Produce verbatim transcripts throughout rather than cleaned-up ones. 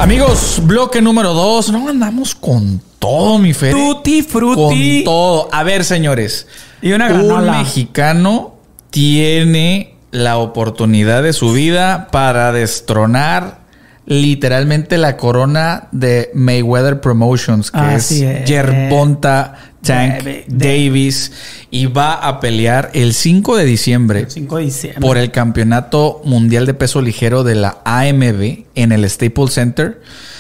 Amigos, bloque número dos. No andamos con todo, mi Fede. Tutti frutti. Con todo. A ver, señores. Y una Un granola. mexicano tiene la oportunidad de su vida para destronar literalmente la corona de Mayweather Promotions, que Así es es. Gervonta Tank Baby. Davis, y va a pelear el cinco de diciembre cinco de diciembre. por el campeonato mundial de peso ligero de la A M B en el Staples Center.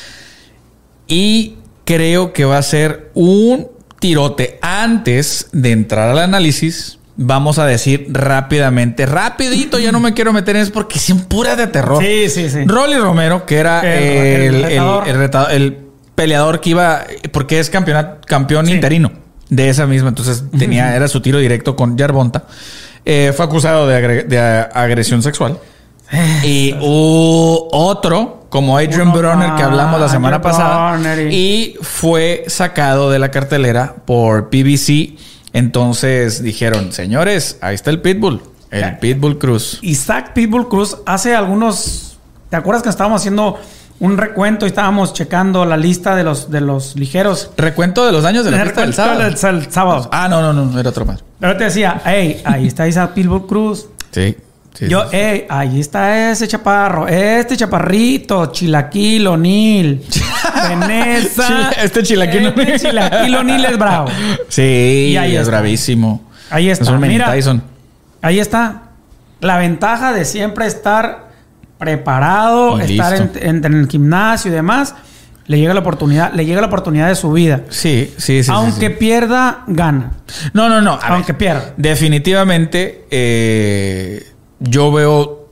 Y creo que va a ser un tirote. Antes de entrar al análisis, vamos a decir rápidamente, rapidito, ya no me quiero meter en eso porque son puras de terror. Sí, sí, sí. Rolly Romero, que era El- el, el el, retador. el retador- el peleador que iba, porque es campeonato, campeón Sí. interino de esa misma, entonces tenía, era su tiro directo con Gervonta. Eh, fue acusado de, agre- de a- agresión sexual. Y hubo otro, como Adrian Uno Broner, que más, hablama la semana Adrian pasada, Broner y- y fue sacado de la cartelera por P B C. Entonces dijeron, señores, ahí está el Pitbull, el Ya. Pitbull Cruz. Isaac Pitbull Cruz hace algunos... ¿Te acuerdas que estábamos haciendo un recuento y estábamos checando la lista de los, de los ligeros? Recuento de los daños de la El fiesta del recuento sábado. del- del sábado. Ah, no, no, no, era otro más. Pero te decía, hey, ahí está Isaac Pitbull Cruz. Sí. sí Yo, sí, sí. hey, ahí está ese chaparro, este chaparrito, Chilaquil O'Neal, Vanessa. Chila- este Chilaquil este O'Neal. Chilaquil O'Neal es bravo. Sí, Y ahí es está. bravísimo. Ahí está. Es un mini Mira, Tyson. ahí está. La ventaja de siempre estar preparado, Y estar en, listo. en- en el gimnasio y demás, le llega la oportunidad, le llega la oportunidad de su vida. Sí, sí, sí. Aunque sí, sí. pierda, gana. No, no, no. a Aunque ver. pierda. Definitivamente, eh, yo veo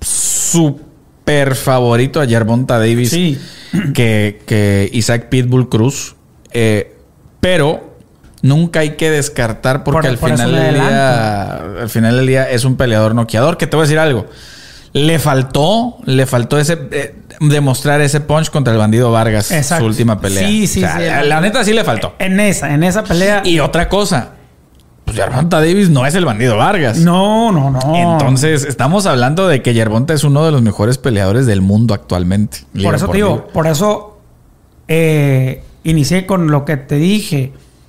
súper favorito a Gervonta Davis Sí. que, que Isaac Pitbull Cruz. Eh, pero nunca hay que descartar porque Por- al por eso final me del día, al final del día es un peleador noqueador. Que te voy a decir algo. Le faltó, le faltó ese eh, demostrar ese punch contra el bandido Vargas, Exacto. su última pelea. Sí, sí, O sea, sí. La, la neta sí le faltó. En esa, en esa pelea. Y otra cosa, pues Gervonta Davis no es el bandido Vargas. No, no, no. Entonces, estamos hablando de que Gervonta es uno de los mejores peleadores del mundo actualmente. Liga Por eso te liga. digo, por eso eh, inicié con lo que te dije.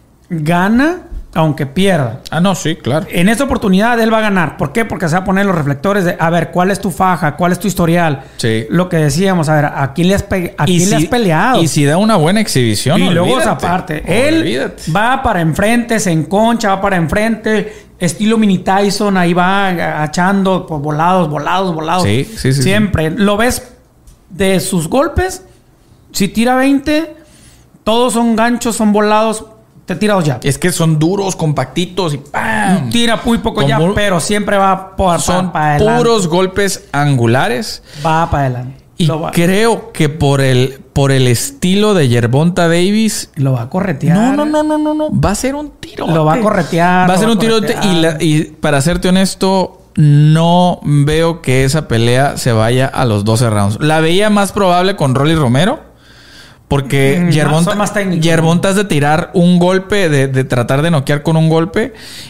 Gana aunque pierda. Ah, no, sí, claro. En esta oportunidad él va a ganar. ¿Por qué? Porque se va a poner los reflectores de, a ver, ¿cuál es tu faja? ¿Cuál es tu historial? Sí. Lo que decíamos, a ver, ¿a quién le has, pe- a Y quién le si- has peleado? Y si da una buena exhibición, Y luego olvídate. aparte, él Olvídate. va para enfrente, se enconcha, va para enfrente, estilo mini Tyson, ahí va agachando, pues, volados, volados, volados. Sí, sí, sí, Siempre. Lo ves de sus golpes, si tira veinte, todos son ganchos, son volados, te tira dos ya. Es que son duros, compactitos y ¡pam! Tira muy poco ya, Como- pero siempre va por, Son para adelante. puros golpes angulares. Va para adelante. Y Lo va, creo que por el, por el estilo de Gervonta Davis, lo va a corretear. no, no, no, no, no, no. Va a ser un tiro. Lo va a corretear. Va a lo ser un tirote. corretear. Y, la- y para serte honesto, no veo que esa pelea se vaya a los doce rounds. La veía más probable con Rolly Romero. Porque Mm, Gervonta, son más técnicos. Gervonta es de tirar un golpe, de, de tratar de noquear con un golpe.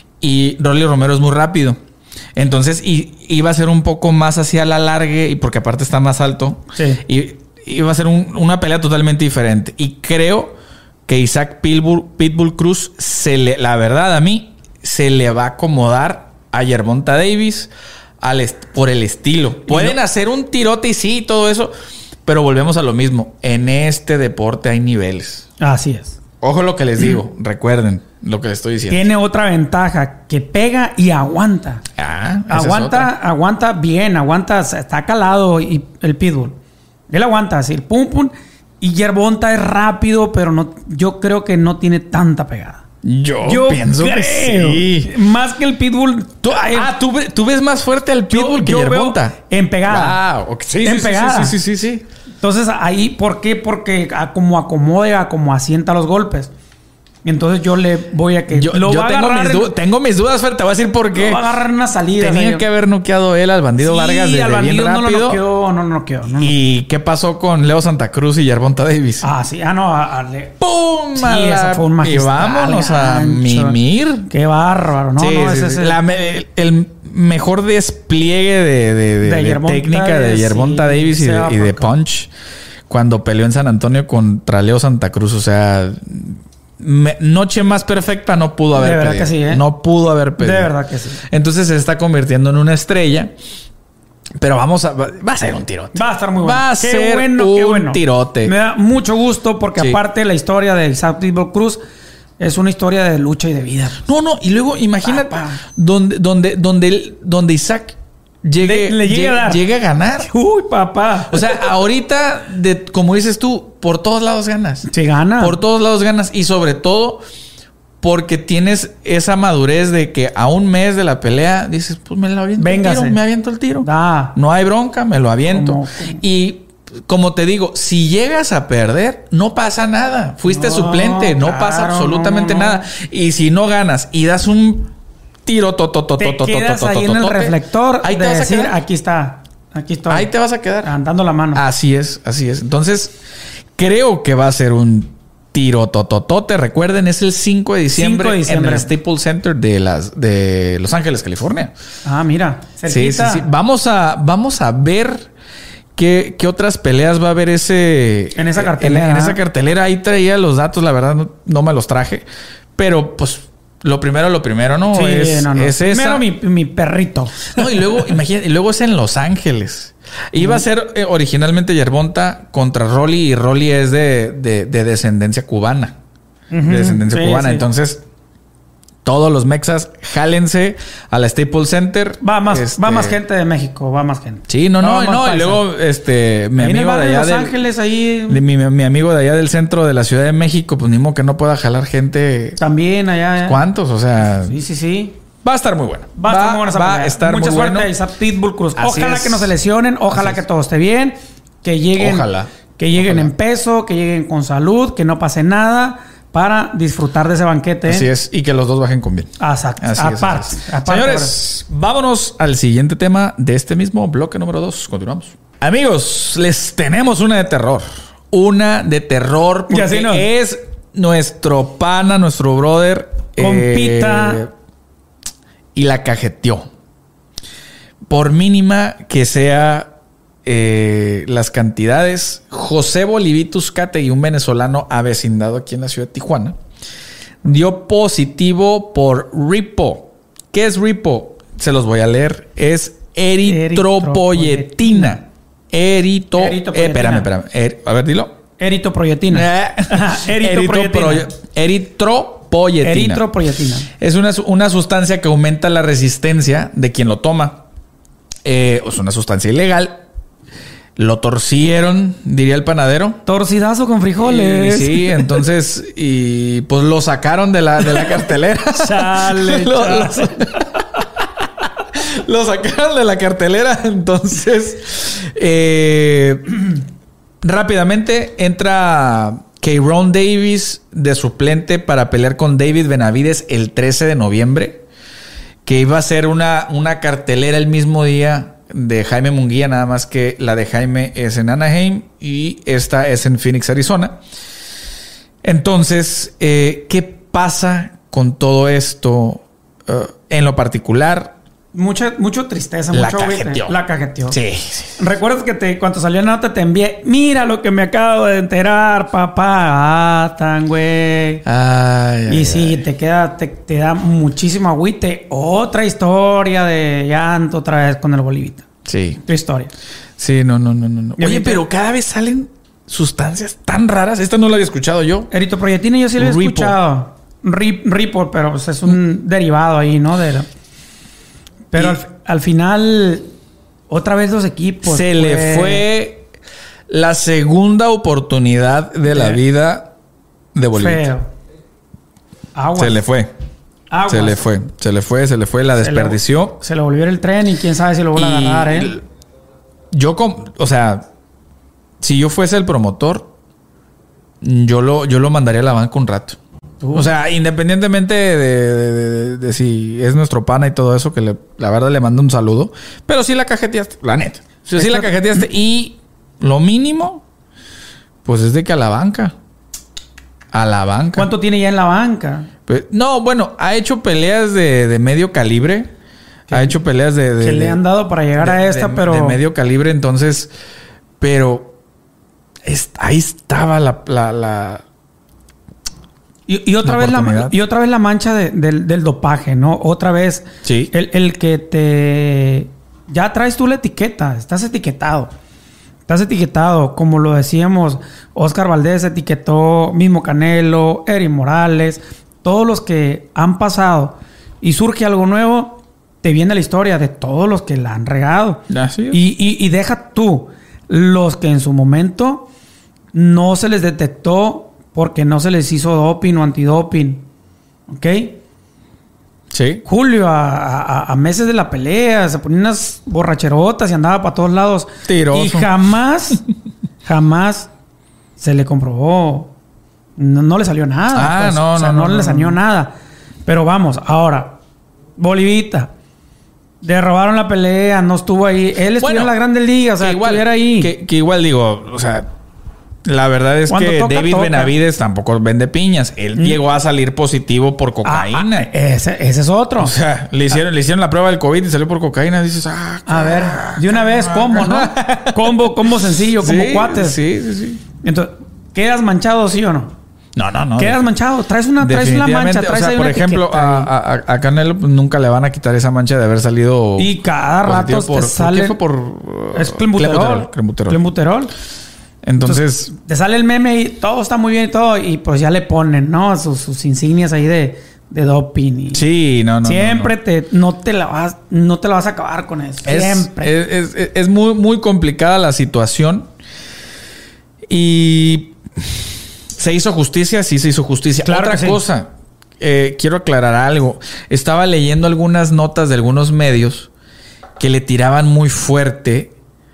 Y Rolly Romero es muy rápido. Entonces, y, iba a ser un poco más hacia la largue. Y porque aparte está más alto. Sí. Y iba a ser un- una pelea totalmente diferente. Y creo que Isaac Pitbull, Pitbull Cruz, se le, la verdad a mí, se le va a acomodar a Gervonta Davis al est- por el estilo. Pueden no- hacer un tirote y sí, todo eso. Pero volvemos a lo mismo. En este deporte hay niveles. Así es. Ojo lo que les digo. Recuerden lo que les estoy diciendo. Tiene otra ventaja, que pega y aguanta. Ah, esa es Aguanta, otra. aguanta bien, aguanta, está calado y el Pitbull. Él aguanta así, el pum pum. Y Gervonta es rápido, pero no, yo creo que no tiene tanta pegada. Yo, Yo pienso creo. que sí. Más que el Pitbull. Tú, ah, ¿tú, ve- tú ves más fuerte al Pitbull que yo veo Gervonta. en pegada. Wow. ok. Sí, En sí, sí, pegada. sí, sí, sí, sí. Entonces ahí, ¿por qué? Porque a como acomode, a como asienta los golpes. Entonces yo le voy a que Yo, lo yo va a tengo, agarrar mis en- du- tengo mis dudas, Fer. Te voy a decir por lo qué. va a agarrar en una salida. Tenía o sea, que haber noqueado él al bandido sí, Vargas desde al bien bandido no lo rápido. noqueó, no lo noqueó. No, no. ¿Y qué pasó con Leo Santa Cruz y Gervonta Davis? Ah, sí. Ah, no. a- a- le- ¡Pum! Sí, A la- esa fue un y magistral vámonos a gancho. mimir. Qué bárbaro. No, sí, no, sí, ese sí. es La me- el, el mejor despliegue de, de- de- De de Gervonta técnica de Davis, Gervonta sí, Davis y se de, va y de por- punch. cuando peleó en San Antonio contra Leo Santa Cruz. O sea, me, noche más perfecta no pudo haber De verdad pedido. que sí, ¿eh? No pudo haber pedido. De verdad que sí. Entonces se está convirtiendo en una estrella. Pero vamos a... Va a ser un tirote. Va a estar muy bueno. Va a qué ser bueno, un qué bueno. tirote. Me da mucho gusto porque Sí. aparte la historia de Isaac Pitbull Cruz es una historia de lucha y de vida. No, no. Y luego imagínate Papá. donde, donde, donde, él- donde Isaac llegue, Le- le llegue a dar. llegue a ganar. Uy, papá. O sea, ahorita, de, como dices tú, por todos lados ganas. se gana. Por todos lados ganas. Y sobre todo porque tienes esa madurez de que a un mes de la pelea dices, pues me lo aviento Véngase. el tiro, me aviento el tiro. Da. No hay bronca, me lo aviento. Como- Y como te digo, si llegas a perder, no pasa nada. Fuiste No, suplente, no claro, pasa absolutamente no, no, no. nada. Y si no ganas y das un tiro Te tototototototototote, quedas ahí en el reflector ahí te de vas a decir, quedar. aquí está. Aquí estoy. Ahí te vas a quedar. Andando la mano. Así es, así es. Entonces, creo que va a ser un tiro tototote. Recuerden, es el cinco de diciembre, cinco de diciembre. en el Staples Center de las de Los Ángeles, California. Ah, mira. Sí, sí, Cerquita. sí. Vamos a, vamos a ver qué, qué otras peleas va a haber ese En esa cartelera. En, en esa cartelera. Ahí traía los datos, la verdad, no, no me los traje. Pero, pues, lo primero, lo primero, ¿no? Sí, es, no, no. es esa. Primero mi, mi perrito. No, y luego, imagínate, y luego es en Los Ángeles. Iba a ser eh, originalmente Yerbonta contra Rolly, y Rolly es de, de, de descendencia cubana. Ujú. De descendencia Sí, cubana. sí. Entonces, todos los mexas, jálense a la Staples Center. Va más, Este, va más gente de México, va más gente. Sí, no, no, Va más no. Y paisa. luego, este, mi Ahí en el amigo de barrio de allá Los del, Ángeles, ahí de mi, mi amigo de allá del centro de la Ciudad de México, pues ni modo que no pueda jalar gente. también allá. ¿eh? ¿Cuántos? O sea, Sí, sí, sí. va a estar muy bueno. Va a estar muy buena esa va pelea. a estar Mucha muy suerte bueno. a Isaac Pitbull Cruz. Así Ojalá es. que no se lesionen, ojalá Así que es. todo esté bien, que lleguen, Ojalá. que lleguen Ojalá. en peso, que lleguen con salud, que no pase nada para disfrutar de ese banquete. Así es. Y que los dos bajen con bien. Exacto. Así es, aparte, así es. aparte, Señores, vámonos al siguiente tema de este mismo bloque número dos. Continuamos. Amigos, les tenemos una de terror. Una de terror Y porque así no. es nuestro pana, nuestro brother. Compita. eh, y la cajeteó. Por mínima que sea eh, las cantidades, José Bolivitus Categui, un venezolano avecindado aquí en la ciudad de Tijuana, dio positivo por Ripo. ¿Qué es Ripo? Se los voy a leer. Es eritropoyetina. Erito. Eritropoyetina. Eh, espérame, espérame. Er- a ver, dilo. Eritroproyetina. Eritroproyetina. Eritroproye- Eritropoyetina. Eritroproyetina. Es una, su- una sustancia que aumenta la resistencia de quien lo toma. Eh, es una sustancia ilegal. Lo torcieron, diría el panadero. Torcidazo con Y, frijoles. sí, entonces, y pues lo sacaron de la, de la cartelera. Chale, Lo- chale. Lo, lo sacaron de la cartelera. Entonces, eh, rápidamente entra Kayron Davis de suplente para pelear con David Benavides el trece de noviembre. Que iba a ser una, una cartelera el mismo día de Jaime Munguía, nada más que la de Jaime es en Anaheim y esta es en Phoenix, Arizona. Entonces, eh, ¿qué pasa con todo esto? Uh, en lo particular, Mucha, mucha tristeza, la mucho agüite. cajeteó. La cajeteó. Sí, sí. ¿Recuerdas que te, cuando salió la nota te envié? Mira lo que me acabo de enterar, papá. Ah, tan güey. Ay, Y ay, sí, ay. te queda, te, te da muchísimo agüite. Otra historia de llanto otra vez con el Bolivita. Sí. Tu historia. Sí, no, no, no, no. no. Y Oye, ahorita- pero cada vez salen sustancias tan raras. Esta no la había escuchado yo. Eritroproyetina yo sí lo he Ripo. escuchado. Rip, Ripo, pero pues, es un derivado ahí, ¿no? De la- Pero Y- al, al final, otra vez los equipos. Se le pues, fue la segunda oportunidad de la De- vida de Bolivia. Feo. Aguas. Se le fue. Aguas. Se le fue. Se le fue, se le fue. La Se le- desperdició. Se le volvió el tren y quién sabe si lo vuelve a Y agarrar, ¿eh? Yo, com- o sea, si yo fuese el promotor, yo lo, yo lo mandaría a la banca un rato. Tú. O sea, independientemente de, de- de- de si es nuestro pana y todo eso, que le- la verdad le mando un saludo. Pero sí la cajeteaste, la neta. Sí, sí la cajeteaste. Y lo mínimo, pues es de que a la banca. A la banca. ¿Cuánto tiene ya en la banca? Pues, no, bueno, ha hecho peleas de, de medio calibre. Ha hecho peleas de... de- Que le de- han dado para llegar de- a esta, de- pero... de medio calibre, entonces... Pero... es, ahí estaba la... la, la y, y, otra la vez la, y otra vez la mancha de, del, del dopaje, ¿no? Otra vez sí. el, el que te... Ya traes tú la etiqueta, estás etiquetado. Estás etiquetado, como lo decíamos, Oscar Valdés etiquetó, mismo Canelo, Eddie Morales, todos los que han pasado y surge algo nuevo, te viene la historia de todos los que la han regado. Así es. Y, y, y deja tú, los que en su momento no se les detectó porque no se les hizo doping o antidoping. ¿Ok? Sí. Julio, a, a, a meses de la pelea, se ponía unas borracherotas y andaba para todos lados. Tiroso. Y jamás, jamás se le comprobó. No, no le salió nada. Ah, pues. no, o sea, no, no, no, le salió no. nada. Pero vamos, ahora, Bolivita. Le robaron la pelea, no estuvo ahí. Él estuvo Bueno, en la Grandes Ligas, o sea, que igual, estuviera ahí. Que, que igual digo, o sea, la verdad es Cuando que toca, David toca. Benavides tampoco vende piñas. Él Mm. llegó a salir positivo por Ah, cocaína. ah, ese, ese es otro. O sea, le hicieron, le hicieron la prueba del COVID y salió por cocaína. Dices, ah, A ver, de una vez, combo, ¿no? Combo, combo sencillo, como sí, cuates. Sí, sí, sí. Entonces, ¿quedas manchado, sí o no? No, no, no. Quedas manchado, traes una, traes una mancha, traes o sea, ahí por una ejemplo, etiqueta a, ahí. a, a Canelo pues, nunca le van a quitar esa mancha de haber salido. Y cada rato positivo por, te sale. ¿Por qué fue por uh, Es clenbuterol. Clenbuterol. Clenbuterol. Entonces, Te sale el meme y todo está muy bien y todo. Y pues ya le ponen, ¿no? Sus, sus insignias ahí de, de doping. Y sí, no, no. siempre no, no. te, no te la vas, no te la vas a acabar con eso. Es, siempre. Es, es, es muy, muy complicada la situación. Y se hizo justicia, sí se hizo justicia. Claro Otra que sí. cosa, eh, quiero aclarar algo. Estaba leyendo algunas notas de algunos medios que le tiraban muy fuerte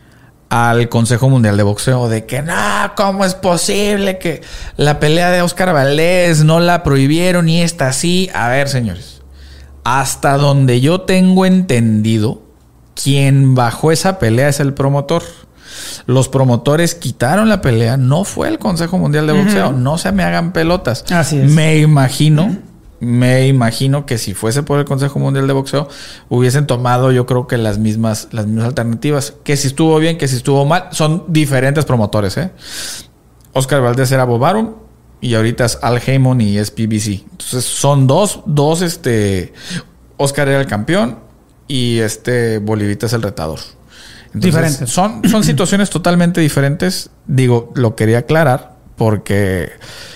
al Consejo Mundial de Boxeo de que no, ¿cómo es posible que la pelea de Oscar Valdés no la prohibieron y esta sí? A ver, señores, hasta donde yo tengo entendido, quien bajó esa pelea es el promotor. Los promotores quitaron la pelea, no fue el Consejo Mundial de Boxeo. Uh-huh. No se me hagan pelotas. Así es. Me imagino, uh-huh. me imagino que si fuese por el Consejo Mundial de Boxeo, hubiesen tomado, yo creo que las mismas, las mismas alternativas. Que si estuvo bien, que si estuvo mal, son diferentes promotores, ¿eh? Oscar Valdés era Bob Arum y ahorita es Al Haymon y es P B C. Entonces son dos, dos, este, Oscar era el campeón y este Bolivita es el retador. Entonces, diferentes. Son, son situaciones totalmente diferentes. Digo, lo quería aclarar porque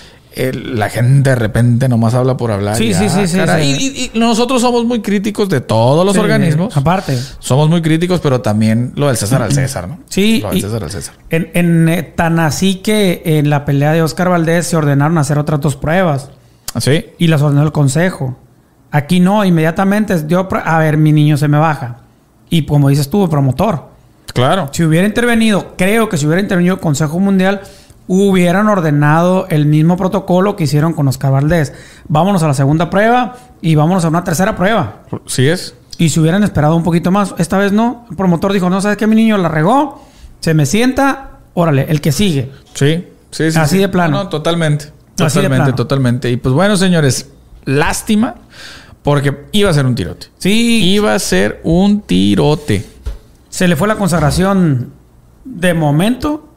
el, la gente de repente nomás habla por hablar. Sí, y, sí, ah, sí, sí, cara, sí. Y, y nosotros somos muy críticos de todos los sí, organismos. Aparte. Somos muy críticos, pero también lo del César al César, ¿no? Sí. Lo del César al César. En, en, eh, tan así que en la pelea de Oscar Valdés se ordenaron hacer otras dos pruebas. ¿Sí? Y las ordenó el consejo. Aquí no, inmediatamente dio... A ver, mi niño se me baja. Y como dices tú, promotor. Claro. Si hubiera intervenido, creo que si hubiera intervenido el Consejo Mundial, hubieran ordenado el mismo protocolo que hicieron con Oscar Valdés. Vámonos a la segunda prueba y vámonos a una tercera prueba. Sí es. Y si hubieran esperado un poquito más, esta vez no. El promotor dijo, no, ¿sabes qué? Mi niño la regó, se me sienta, órale, el que sigue. Sí, sí, sí. Así sí. de plano. No, no, totalmente. Así de Totalmente, plano. totalmente. Y pues bueno, señores, lástima porque iba a ser un tirote. Sí. Iba a ser un tirote. Se le fue la consagración de momento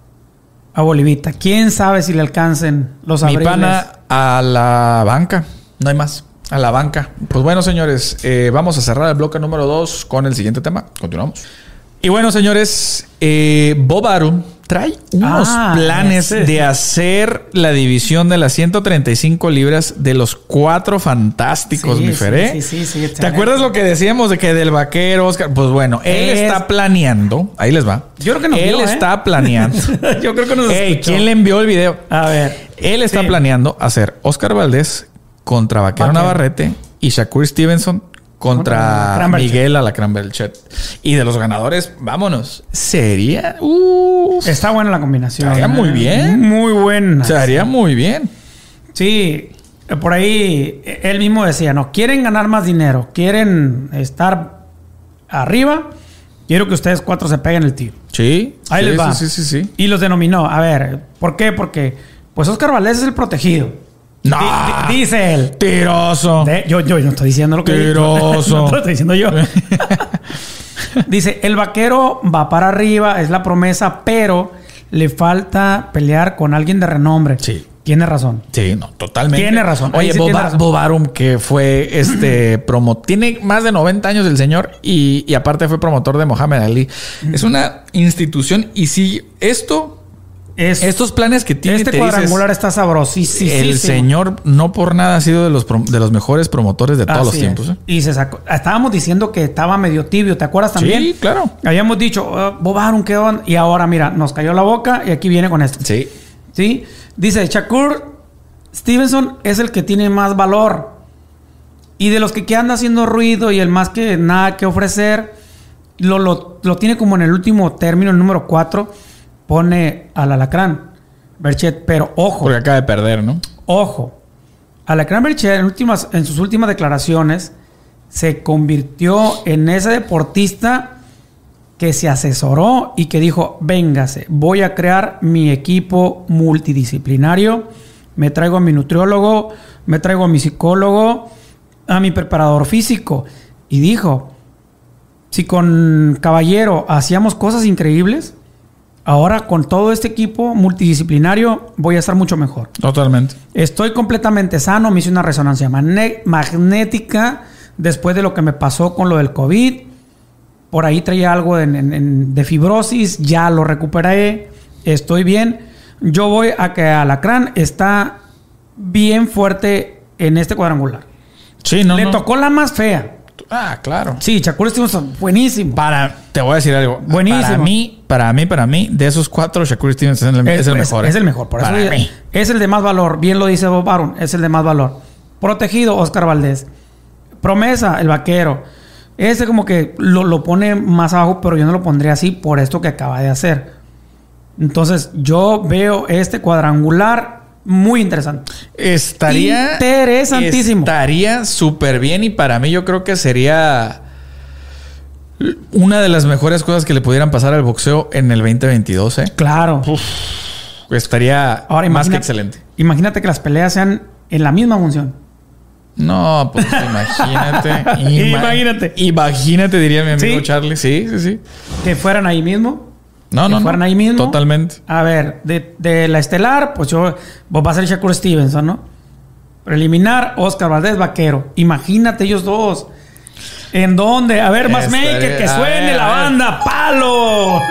a Bolivita. ¿Quién sabe si le alcancen los Mi abriles? pana a la banca. No hay más. A la banca. Pues bueno, señores, eh, vamos a cerrar el bloque número dos con el siguiente tema. Continuamos. Y bueno, señores, eh, Bob Arum trae unos Ah, planes ese. de hacer la división de las ciento treinta y cinco libras de los cuatro fantásticos, Sí, mi sí, Feré. sí, sí, sí, ¿Te excelente. acuerdas lo que decíamos de que del vaquero, Oscar? Pues bueno, él Es- está planeando. Ahí les va. Yo creo que nos Él vio, ¿eh? está planeando. Yo creo que nos Ey, escuchó. ¿quién le envió el video? A ver. Él está Sí. planeando hacer Oscar Valdés contra Vaquero Vaquero. Navarrete y Shakur Stevenson contra Contra Alacrán Belchet. Miguel Alacrán Belchet. Y de los ganadores, vámonos. Sería... Uh, Está buena la combinación. Estaría muy ¿eh? bien. Muy buena. se haría muy bien. Sí. Por ahí él mismo decía, no, quieren ganar más dinero, quieren estar arriba, quiero que ustedes cuatro se peguen el tiro. Sí. Ahí sí, les va. Sí, sí, sí, sí. Y los denominó. A ver, ¿por qué? Porque pues Oscar Valdés es el protegido. No. Di- di- dice él. Tiroso. De- yo, yo, yo no estoy diciendo lo que Tiroso. no te lo estoy diciendo yo. Dice, el vaquero va para arriba, es la promesa, pero le falta pelear con alguien de renombre. Sí. Tiene razón. Sí, no, totalmente. Tiene razón. Oye, sí Bob, tiene razón. Bob Arum, que fue este promo... Tiene más de noventa años el señor y, y aparte fue promotor de Muhammad Ali. Mm. Es una institución y si esto... Es, estos planes que tiene... Este cuadrangular dices, está sabrosísimo. El señor no por nada ha sido de los, de los mejores promotores de todos Así los tiempos. ¿eh? Y se sacó... Estábamos diciendo que estaba medio tibio. ¿Te acuerdas también? Sí, claro. Habíamos dicho, oh, Bob Arum, ¿qué onda? Y ahora, mira, nos cayó la boca y aquí viene con esto. Sí. Sí. Dice, Shakur Stevenson es el que tiene más valor. Y de los que, que anda haciendo ruido y el más que nada que ofrecer, lo, lo, lo tiene como en el último término, el número cuatro. Pone al Alacrán Berchelt, pero ojo. Porque acaba de perder, ¿no? Ojo. Alacrán Berchelt en, últimas, en sus últimas declaraciones se convirtió en ese deportista que se asesoró y que dijo, véngase, voy a crear mi equipo multidisciplinario, me traigo a mi nutriólogo, me traigo a mi psicólogo, a mi preparador físico. Y dijo, si con Caballero hacíamos cosas increíbles, ahora con todo este equipo multidisciplinario voy a estar mucho mejor. Totalmente. Estoy completamente sano, me hice una resonancia magnética después de lo que me pasó con lo del COVID. Por ahí traía algo de, de, de fibrosis, ya lo recuperé, estoy bien. Yo voy a que Alacrán está bien fuerte en este cuadrangular. Sí, no, Le no. tocó la más fea. Ah, claro. Sí, Shakur Stevenson, buenísimo. Para, te voy a decir algo. Buenísimo. Para mí, para mí, para mí, de esos cuatro, Shakur Stevenson es el, es, es el mejor. Es, ¿eh? es el mejor, por para eso mí. Es el de más valor. Bien lo dice Bob Arum, es el de más valor. Protegido, Oscar Valdés. Promesa, el vaquero. Ese como que lo, lo pone más abajo, pero yo no lo pondría así por esto que acaba de hacer. Entonces, yo veo este cuadrangular muy interesante. Estaría... Interesantísimo. Estaría súper bien y para mí yo creo que sería una de las mejores cosas que le pudieran pasar al boxeo en el veinte veintidós, ¿eh? Claro. Uf, estaría Ahora, más que excelente. Imagínate que las peleas sean en la misma función. No, pues imagínate. ima- imagínate. Imagínate, diría mi amigo ¿Sí? Charlie. Sí, sí, sí. Que fueran ahí mismo. No, que no, fueran no. ahí mismo. Totalmente. A ver, de, de la estelar, pues yo vos va a ser Shakur Stevenson, ¿no? Preliminar, Oscar Valdés Vaquero. Imagínate ellos dos. ¿En dónde? A ver, más Estaría- maker, que a suene ver, la a ver. banda. ¡Palo!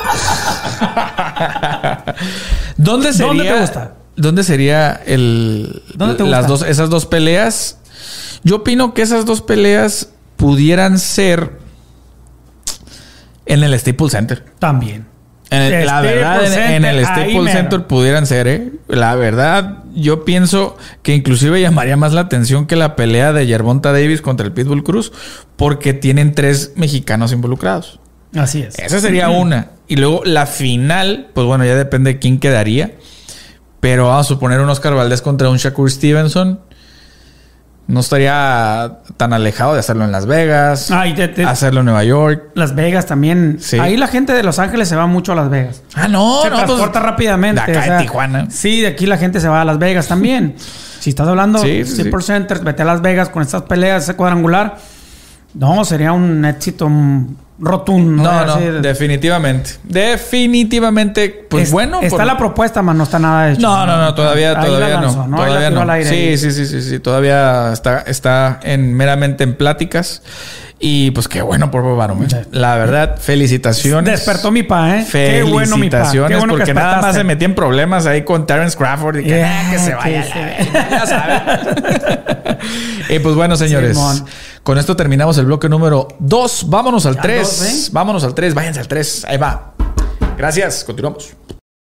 ¿Dónde sería? ¿Dónde te gusta? ¿Dónde sería el ¿Dónde te las gusta? dos esas dos peleas? Yo opino que esas dos peleas pudieran ser en el Staples Center. También. En el- la Staples verdad, en, en Center, el ahí Staples mero. Center pudieran ser, ¿eh? La verdad, yo pienso que inclusive llamaría más la atención que la pelea de Gervonta Davis contra el Pitbull Cruz, porque tienen tres mexicanos involucrados. Así es. Esa sería Ujú. una. Y luego la final, pues bueno, ya depende de quién quedaría. Pero vamos a suponer un Oscar Valdés contra un Shakur Stevenson. No estaría tan alejado de hacerlo en Las Vegas, Ah, y te- te- hacerlo en Nueva York. Las Vegas también. Sí. Ahí la gente de Los Ángeles se va mucho a Las Vegas. Ah, no, se no, transporta pues, rápidamente. de acá o sea, de Tijuana. Sí, de aquí la gente se va a Las Vegas también. Si estás hablando Sí, sí, Staples sí. Center, vete a Las Vegas con estas peleas, ese cuadrangular. No, sería un éxito mm, rotundo. No, no, Así, definitivamente. Definitivamente, pues es- bueno. Está por- la propuesta, más no está nada hecho. No, no, no, todavía, Ahí todavía la lanzó, no. Ahí la Todavía tiró no. al aire Sí, ahí. sí, sí, sí, sí. Todavía está, está en meramente en pláticas. Y pues qué bueno por Bob Arum, ¿eh? La verdad, felicitaciones. Despertó mi pa, ¿eh? Qué bueno mi pa. Qué Felicitaciones, bueno que porque nada más despertaste. se metía en problemas ahí con Terence Crawford y que, Yeah, "Ah, que se que vaya. se- la- ya saben". Y pues bueno, señores, Simón. con esto terminamos el bloque número dos. Vámonos al Ya tres. dos, ¿eh? Vámonos al tres. Váyanse al tres. Ahí va. Gracias. Continuamos.